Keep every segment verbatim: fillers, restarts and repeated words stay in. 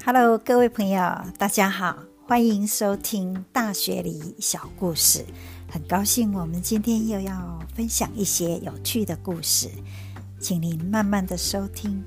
Hello， 各位朋友，大家好，欢迎收听大学里小故事。很高兴我们今天又要分享一些有趣的故事，请您慢慢的收听。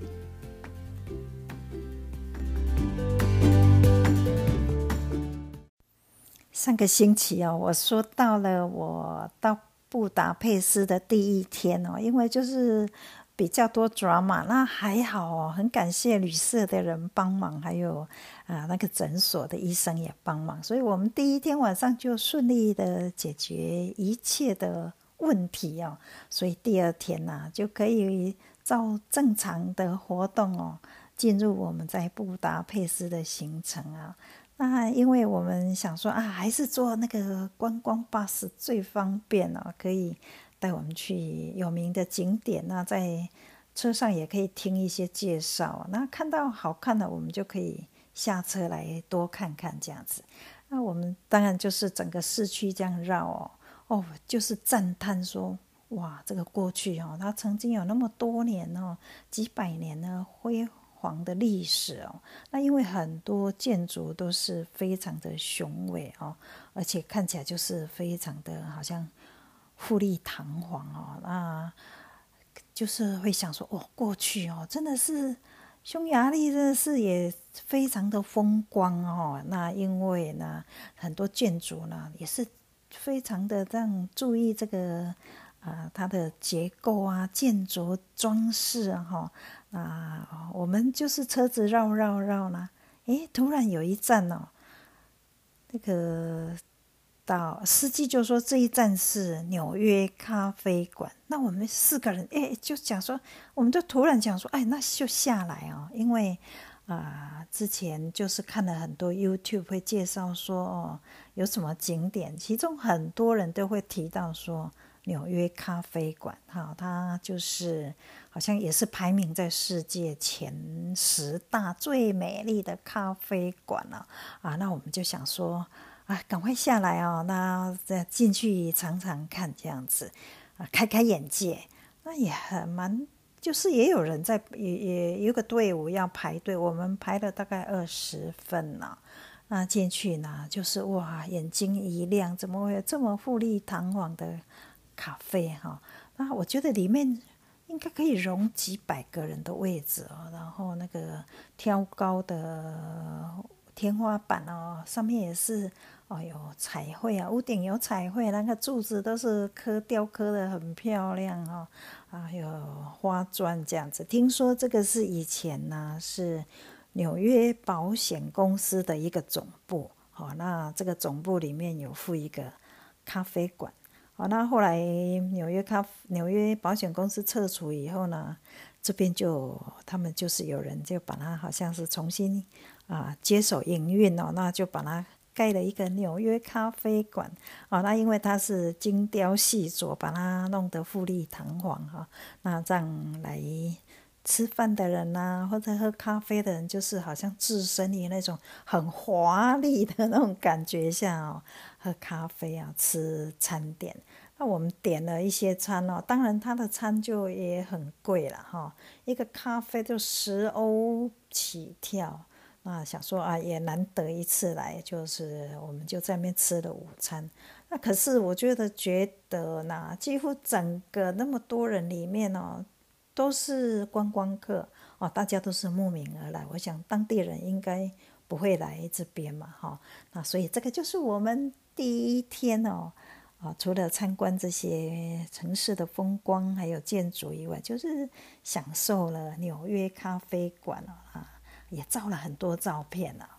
上个星期哦，我说到了我到布达佩斯的第一天哦，因为就是比较多 drama， 那还好哦，很感谢旅社的人帮忙，还有啊那个诊所的医生也帮忙，所以我们第一天晚上就顺利的解决一切的问题哦，所以第二天呢、啊、就可以照正常的活动哦，进入我们在布达佩斯的行程啊。那因为我们想说啊，还是坐那个观光巴士最方便哦，可以带我们去有名的景点，那在车上也可以听一些介绍，那看到好看的我们就可以下车来多看看这样子。那我们当然就是整个市区这样绕哦，哦，就是赞叹说，哇，这个过去哦，它曾经有那么多年哦，几百年呢辉煌的历史哦。那因为很多建筑都是非常的雄伟哦，而且看起来就是非常的好像富丽堂皇哦，那就是会想说，哦，过去哦，真的是匈牙利真的是也非常的风光哦。那因为呢，很多建筑呢也是非常的这样注意这个啊、呃、它的结构啊、建筑装饰啊哈。啊，我们就是车子绕绕绕呢，诶，突然有一站哦，那个到司机就说这一站是纽约咖啡馆，那我们四个人哎就讲说，我们就突然讲说，哎，那就下来哦，因为啊、呃、之前就是看了很多 YouTube 会介绍说哦有什么景点，其中很多人都会提到说纽约咖啡馆，哈，它就是好像也是排名在世界前十大最美丽的咖啡馆了啊。那我们就想说，啊，赶快下来哦，那再进去尝尝看，这样子啊，开开眼界。那也很蛮，就是也有人在，也也有个队伍要排队，我们排了大概二十分呢。那进去呢，就是哇，眼睛一亮，怎么会有这么富丽堂皇的咖啡哈？那我觉得里面应该可以容几百个人的位置哦，然后那个挑高的天花板哦，上面也是哦有彩绘啊，屋顶有彩绘，那个柱子都是刻雕刻的很漂亮哦，啊有花砖这样子。听说这个是以前呢是纽约保险公司的一个总部，好，那这个总部里面有附一个咖啡馆。好，那后来纽约咖纽约保险公司撤除以后呢，这边就他们就是有人就把它好像是重新啊接手营运哦，那就把它盖了一个纽约咖啡馆哦。那因为它是精雕细琢，把它弄得富丽堂皇哈，那这样来吃饭的人啊，或者喝咖啡的人，就是好像置身于那种很华丽的那种感觉下哦，喝咖啡啊，吃餐点。那我们点了一些餐哦，当然它的餐就也很贵了哈，一个咖啡就十欧起跳。那想说啊，也难得一次来，就是我们就在那边吃了午餐。那可是我觉得觉得呢，几乎整个那么多人里面哦，都是观光客哦，大家都是慕名而来。我想当地人应该不会来这边嘛，哈、哦。那所以这个就是我们第一天哦，啊，除了参观这些城市的风光还有建筑以外，就是享受了纽约咖啡馆啊，也照了很多照片啊。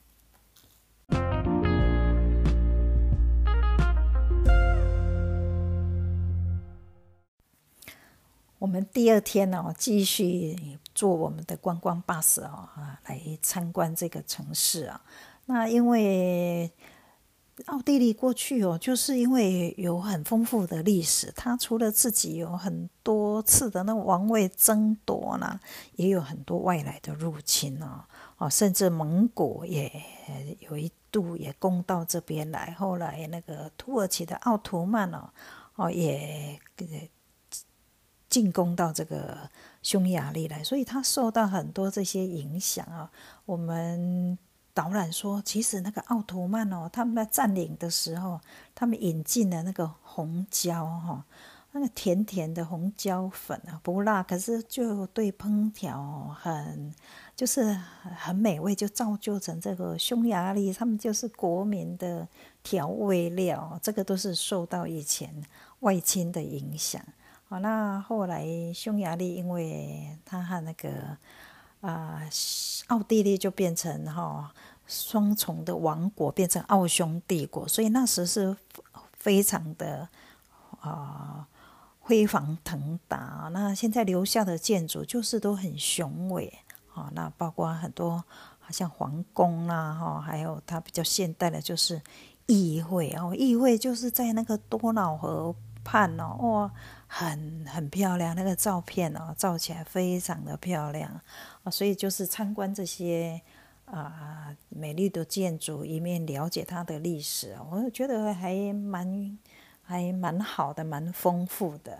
我们第二天哦，继续坐我们的观光巴士哦，啊，来参观这个城市啊。那因为奥地利过去哦，就是因为有很丰富的历史，它除了自己有很多次的那王位争夺呢，也有很多外来的入侵哦，哦，甚至蒙古也有一度也攻到这边来，后来那个土耳其的奥图曼哦，哦也进攻到这个匈牙利来，所以它受到很多这些影响啊。我们导览说，其实那个奥图曼哦，他们在占领的时候，他们引进了那个红椒哈，那个甜甜的红椒粉啊，不辣，可是就对烹调很就是很美味，就造就成这个匈牙利，他们就是国民的调味料，这个都是受到以前外侵的影响。好，那后来匈牙利因为它和那个啊、呃、奥地利就变成哈、哦、双重的王国，变成奥匈帝国，所以那时是非常的啊、呃、辉煌腾达。那现在留下的建筑就是都很雄伟啊、哦，那包括很多好像皇宫啦哈、哦，还有它比较现代的就是议会哦，议会就是在那个多瑙河畔哦，哇，很很漂亮，那个照片哦，照起来非常的漂亮啊，所以就是参观这些啊、呃、美丽的建筑，一面了解它的历史，我觉得还蛮还蛮好的，蛮丰富的。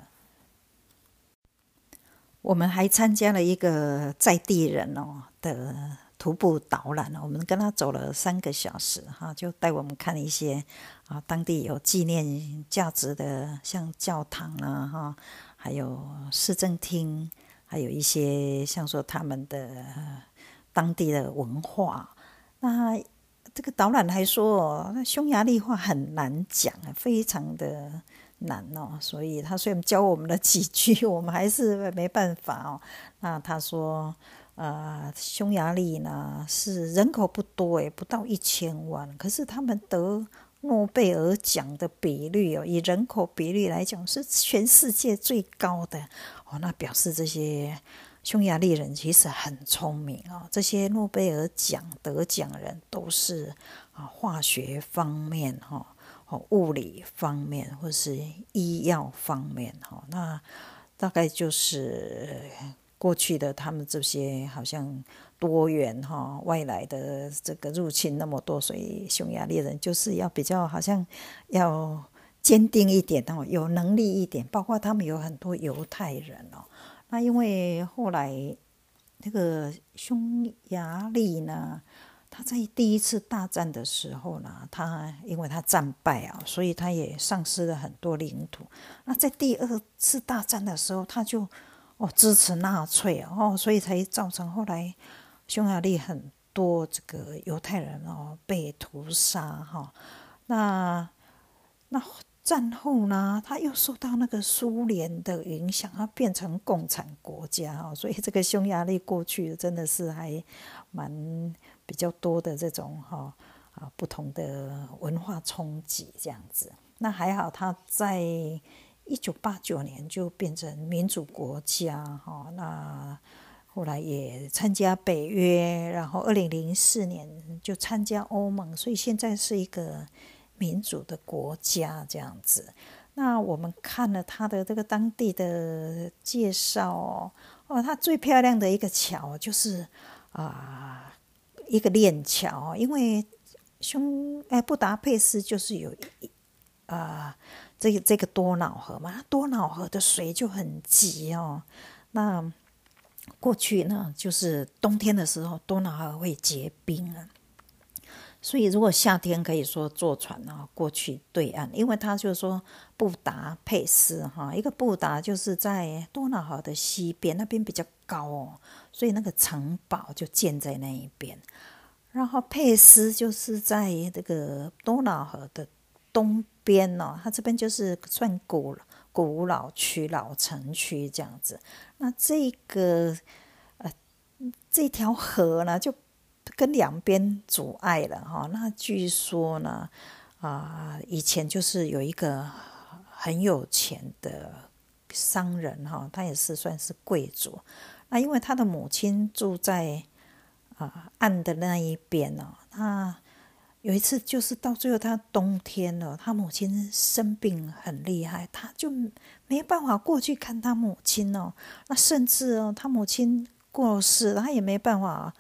我们还参加了一个在地人哦的徒步导览，我们跟他走了三个小时哈，就带我们看一些啊当地有纪念价值的，像教堂啊哈，还有市政厅，还有一些像说他们的当地的文化。那这个导览还说哦，那匈牙利话很难讲，非常的难哦，所以他虽然教我们了几句，我们还是没办法哦。那他说，呃，匈牙利呢是人口不多诶，不到一千万，可是他们得诺贝尔奖的比率哦，以人口比例来讲是全世界最高的哦。那表示这些匈牙利人其实很聪明哦，这些诺贝尔奖得奖人都是啊化学方面哈。物理方面或是医药方面，那大概就是过去的他们这些好像多元外来的这个入侵那么多，所以匈牙利人就是要比较好像要坚定一点，有能力一点，包括他们有很多犹太人哦。那因为后来这个匈牙利呢，他在第一次大战的时候呢，他因为他战败啊，所以他也丧失了很多领土。那在第二次大战的时候，他就哦支持纳粹哦，所以才造成后来匈牙利很多这个犹太人哦被屠杀哈。那那战后呢，他又受到那个苏联的影响，他变成共产国家哦，所以这个匈牙利过去真的是还蛮比较多的这种哈啊不同的文化冲击这样子。那还好，他在一九八九年就变成民主国家哈，那后来也参加北约，然后二零零四年就参加欧盟，所以现在是一个民主的国家这样子。那我们看了他的这个当地的介绍哦，哦，它最漂亮的一个桥就是啊、呃、一个链桥，因为匈哎布达佩斯就是有啊、呃、这个这个多瑙河嘛，多瑙河的水就很急哦。那过去呢，就是冬天的时候，多瑙河会结冰啊。所以如果夏天可以说坐船啊过去对岸，因为他就是说布达佩斯哈，一个布达就是在多瑙河的西边，那边比较高哦，所以那个城堡就建在那一边。然后佩斯就是在这个多瑙河的东边哦，它这边就是算古古老区、老城区这样子。那这个呃这条河呢，就跟两边阻碍了哈。那据说呢，啊、呃，以前就是有一个很有钱的商人哈，他也是算是贵族。那因为他的母亲住在啊、呃、岸的那一边哦，他有一次就是到最后他冬天了，他母亲生病很厉害，他就没办法过去看他母亲哦。那甚至哦，他母亲过世了，他也没办法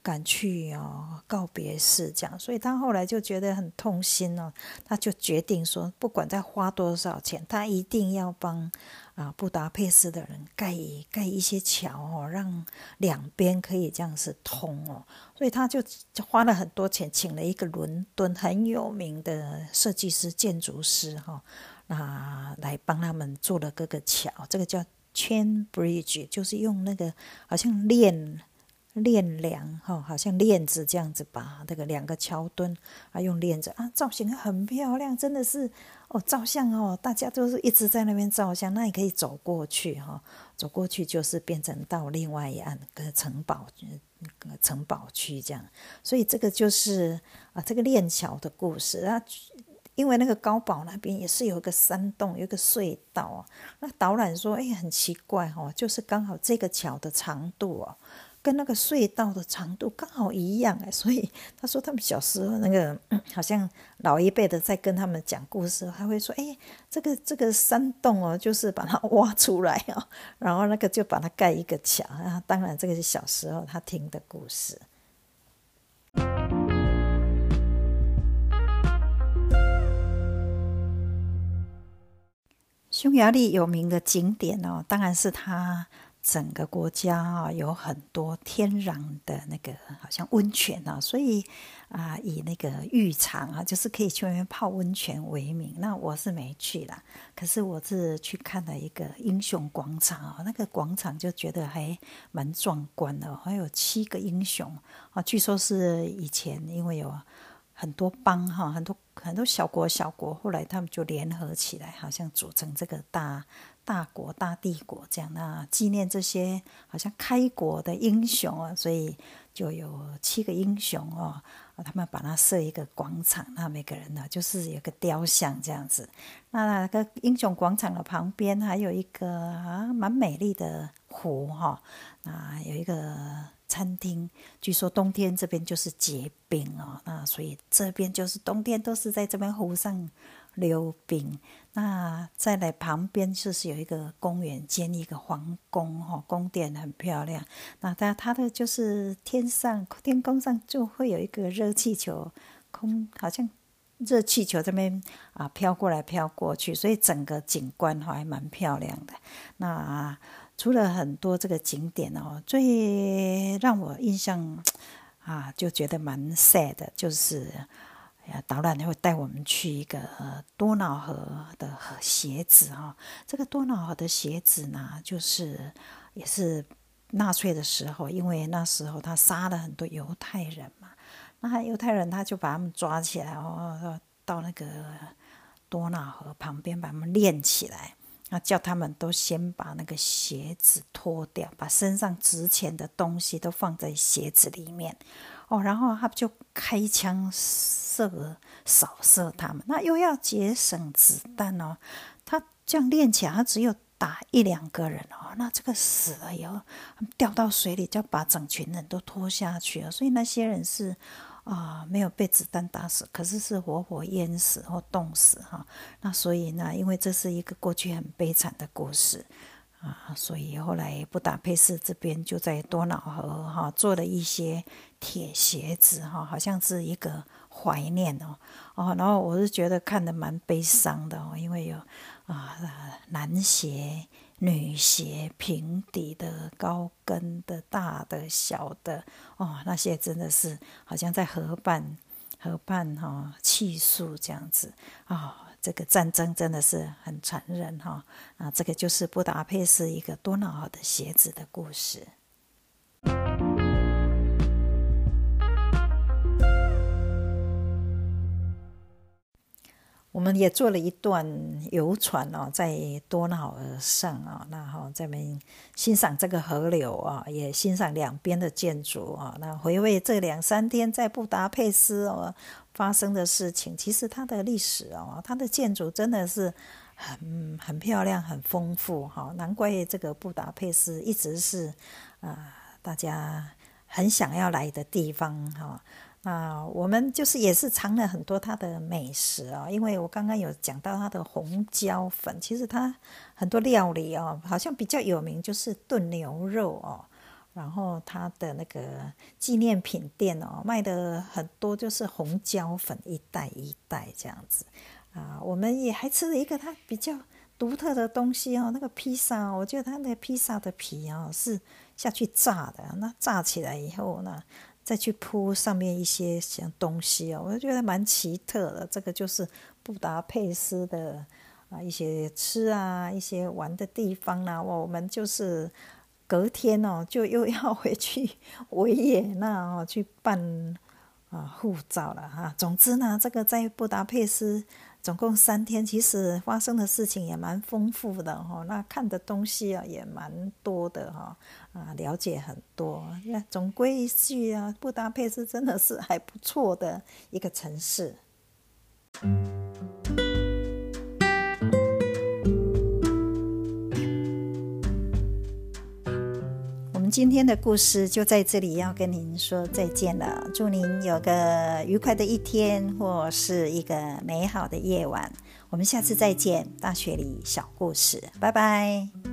赶去哦告别式这样，所以他后来就觉得很痛心哦，他就决定说，不管再花多少钱，他一定要帮啊布达佩斯的人盖盖一些桥哦，让两边可以这样子通哦，所以他就花了很多钱，请了一个伦敦很有名的设计师、建筑师哈、哦，那来帮他们做了这个桥，这个叫 Chain Bridge， 就是用那个好像链链梁哈，好像链子这样子把这个两个桥墩啊用链子啊，造型很漂亮，真的是哦，照相哦，大家都是一直在那边照相，那你可以走过去哈，走过去就是变成到另外一岸个城堡城堡区这样，所以这个就是啊这个链桥的故事啊。因为那个高堡那边也是有一个山洞，有一个隧道哦。那导览说，哎，很奇怪哦，就是刚好这个桥的长度哦，跟那个隧道的长度刚好一样哎，所以他说他们小时候那个、嗯、好像老一辈的在跟他们讲故事，他会说，哎，这个这个山洞哦，就是把它挖出来哦，然后那个就把它盖一个桥啊。当然，这个是小时候他听的故事。匈牙利有名的景点哦，当然是它整个国家啊、哦、有很多天然的那个好像温泉啊、哦，所以啊、呃、以那个浴场啊，就是可以去那边泡温泉为名。那我是没去啦，可是我是去看了一个英雄广场哦，那个广场就觉得还蛮壮观的、哦，还有七个英雄啊，据说是以前因为有很多邦哈，很多很多小国小国，后来他们就联合起来，好像组成这个大大国大帝国这样。那纪念这些好像开国的英雄啊，所以就有七个英雄哦，他们把它设一个广场，那每个人呢就是有个雕像这样子。那那个英雄广场的旁边还有一个啊蛮美丽的湖哈，啊有一个餐厅，据说冬天这边就是结冰哦，那所以这边就是冬天都是在这边湖上溜冰。那再来旁边就是有一个公园兼一个皇宫哈，宫殿很漂亮。那它它的就是天上天空上就会有一个热气球，空好像热气球这边啊飘过来飘过去，所以整个景观还蛮漂亮的。那除了很多这个景点哦，最让我印象啊就觉得蛮 sad 的，就是导览会带我们去一个多瑙河的鞋子哈。这个多瑙河的鞋子呢，就是也是纳粹的时候，因为那时候他杀了很多犹太人嘛，那犹太人他就把他们抓起来哦，到那个多瑙河旁边把他们链起来。那叫他们都先把那个鞋子脱掉，把身上值钱的东西都放在鞋子里面哦，然后他就开枪射扫射他们，那又要节省子弹哦。他这样练起来，他只有打一两个人哦，那这个死了以后掉到水里，就要把整群人都拖下去了。所以那些人是啊、呃，没有被子弹打死，可是是活活淹死或冻死哈。那所以呢，因为这是一个过去很悲惨的故事啊，所以后来布达佩斯这边就在多瑙河哈做了一些铁鞋子哈，好像是一个怀念哦哦。然后我是觉得看得蛮悲伤的哦，因为有啊男鞋、女鞋、平底的、高跟的、大的、小的哦，那些真的是好像在河畔河畔哈、哦、泣诉这样子啊、哦。这个战争真的是很残忍哈、哦、啊，这个就是布达佩斯一个多瑙河的鞋子的故事。我们也坐了一段游船哦，在多瑙河上啊、哦，那好、哦，在那边欣赏这个河流啊、哦，也欣赏两边的建筑啊、哦，那回味这两三天在布达佩斯哦发生的事情。其实它的历史哦，它的建筑真的是很很漂亮、很丰富哈、哦，难怪这个布达佩斯一直是啊、呃、大家很想要来的地方哈。哦啊，我们就是也是尝了很多它的美食啊、哦，因为我刚刚有讲到它的红椒粉，其实它很多料理哦，好像比较有名就是炖牛肉哦， 然后它的那个纪念品店哦，卖的很多，就是红椒粉一袋一袋这样子啊。我们也还吃了一个它比较独特的东西哦，那个披萨，我觉得它的披萨的皮哦是下去炸的，那炸起来以后呢，再去铺上面一些像东西哦，我觉得蛮奇特的。这个就是布达佩斯的啊一些吃啊，一些玩的地方啦、啊。我们就是隔天哦，就又要回去维也纳哦去办啊护照了哈。总之呢，这个在布达佩斯总共三天，其实发生的事情也蛮丰富的哈。那看的东西啊也蛮多的哈，啊了解很多。那总归一句啊，布达佩斯真的是还不错的一个城市。我们今天的故事就在这里要跟您说再见了，祝您有个愉快的一天，或是一个美好的夜晚。我们下次再见，大学里小故事，拜拜。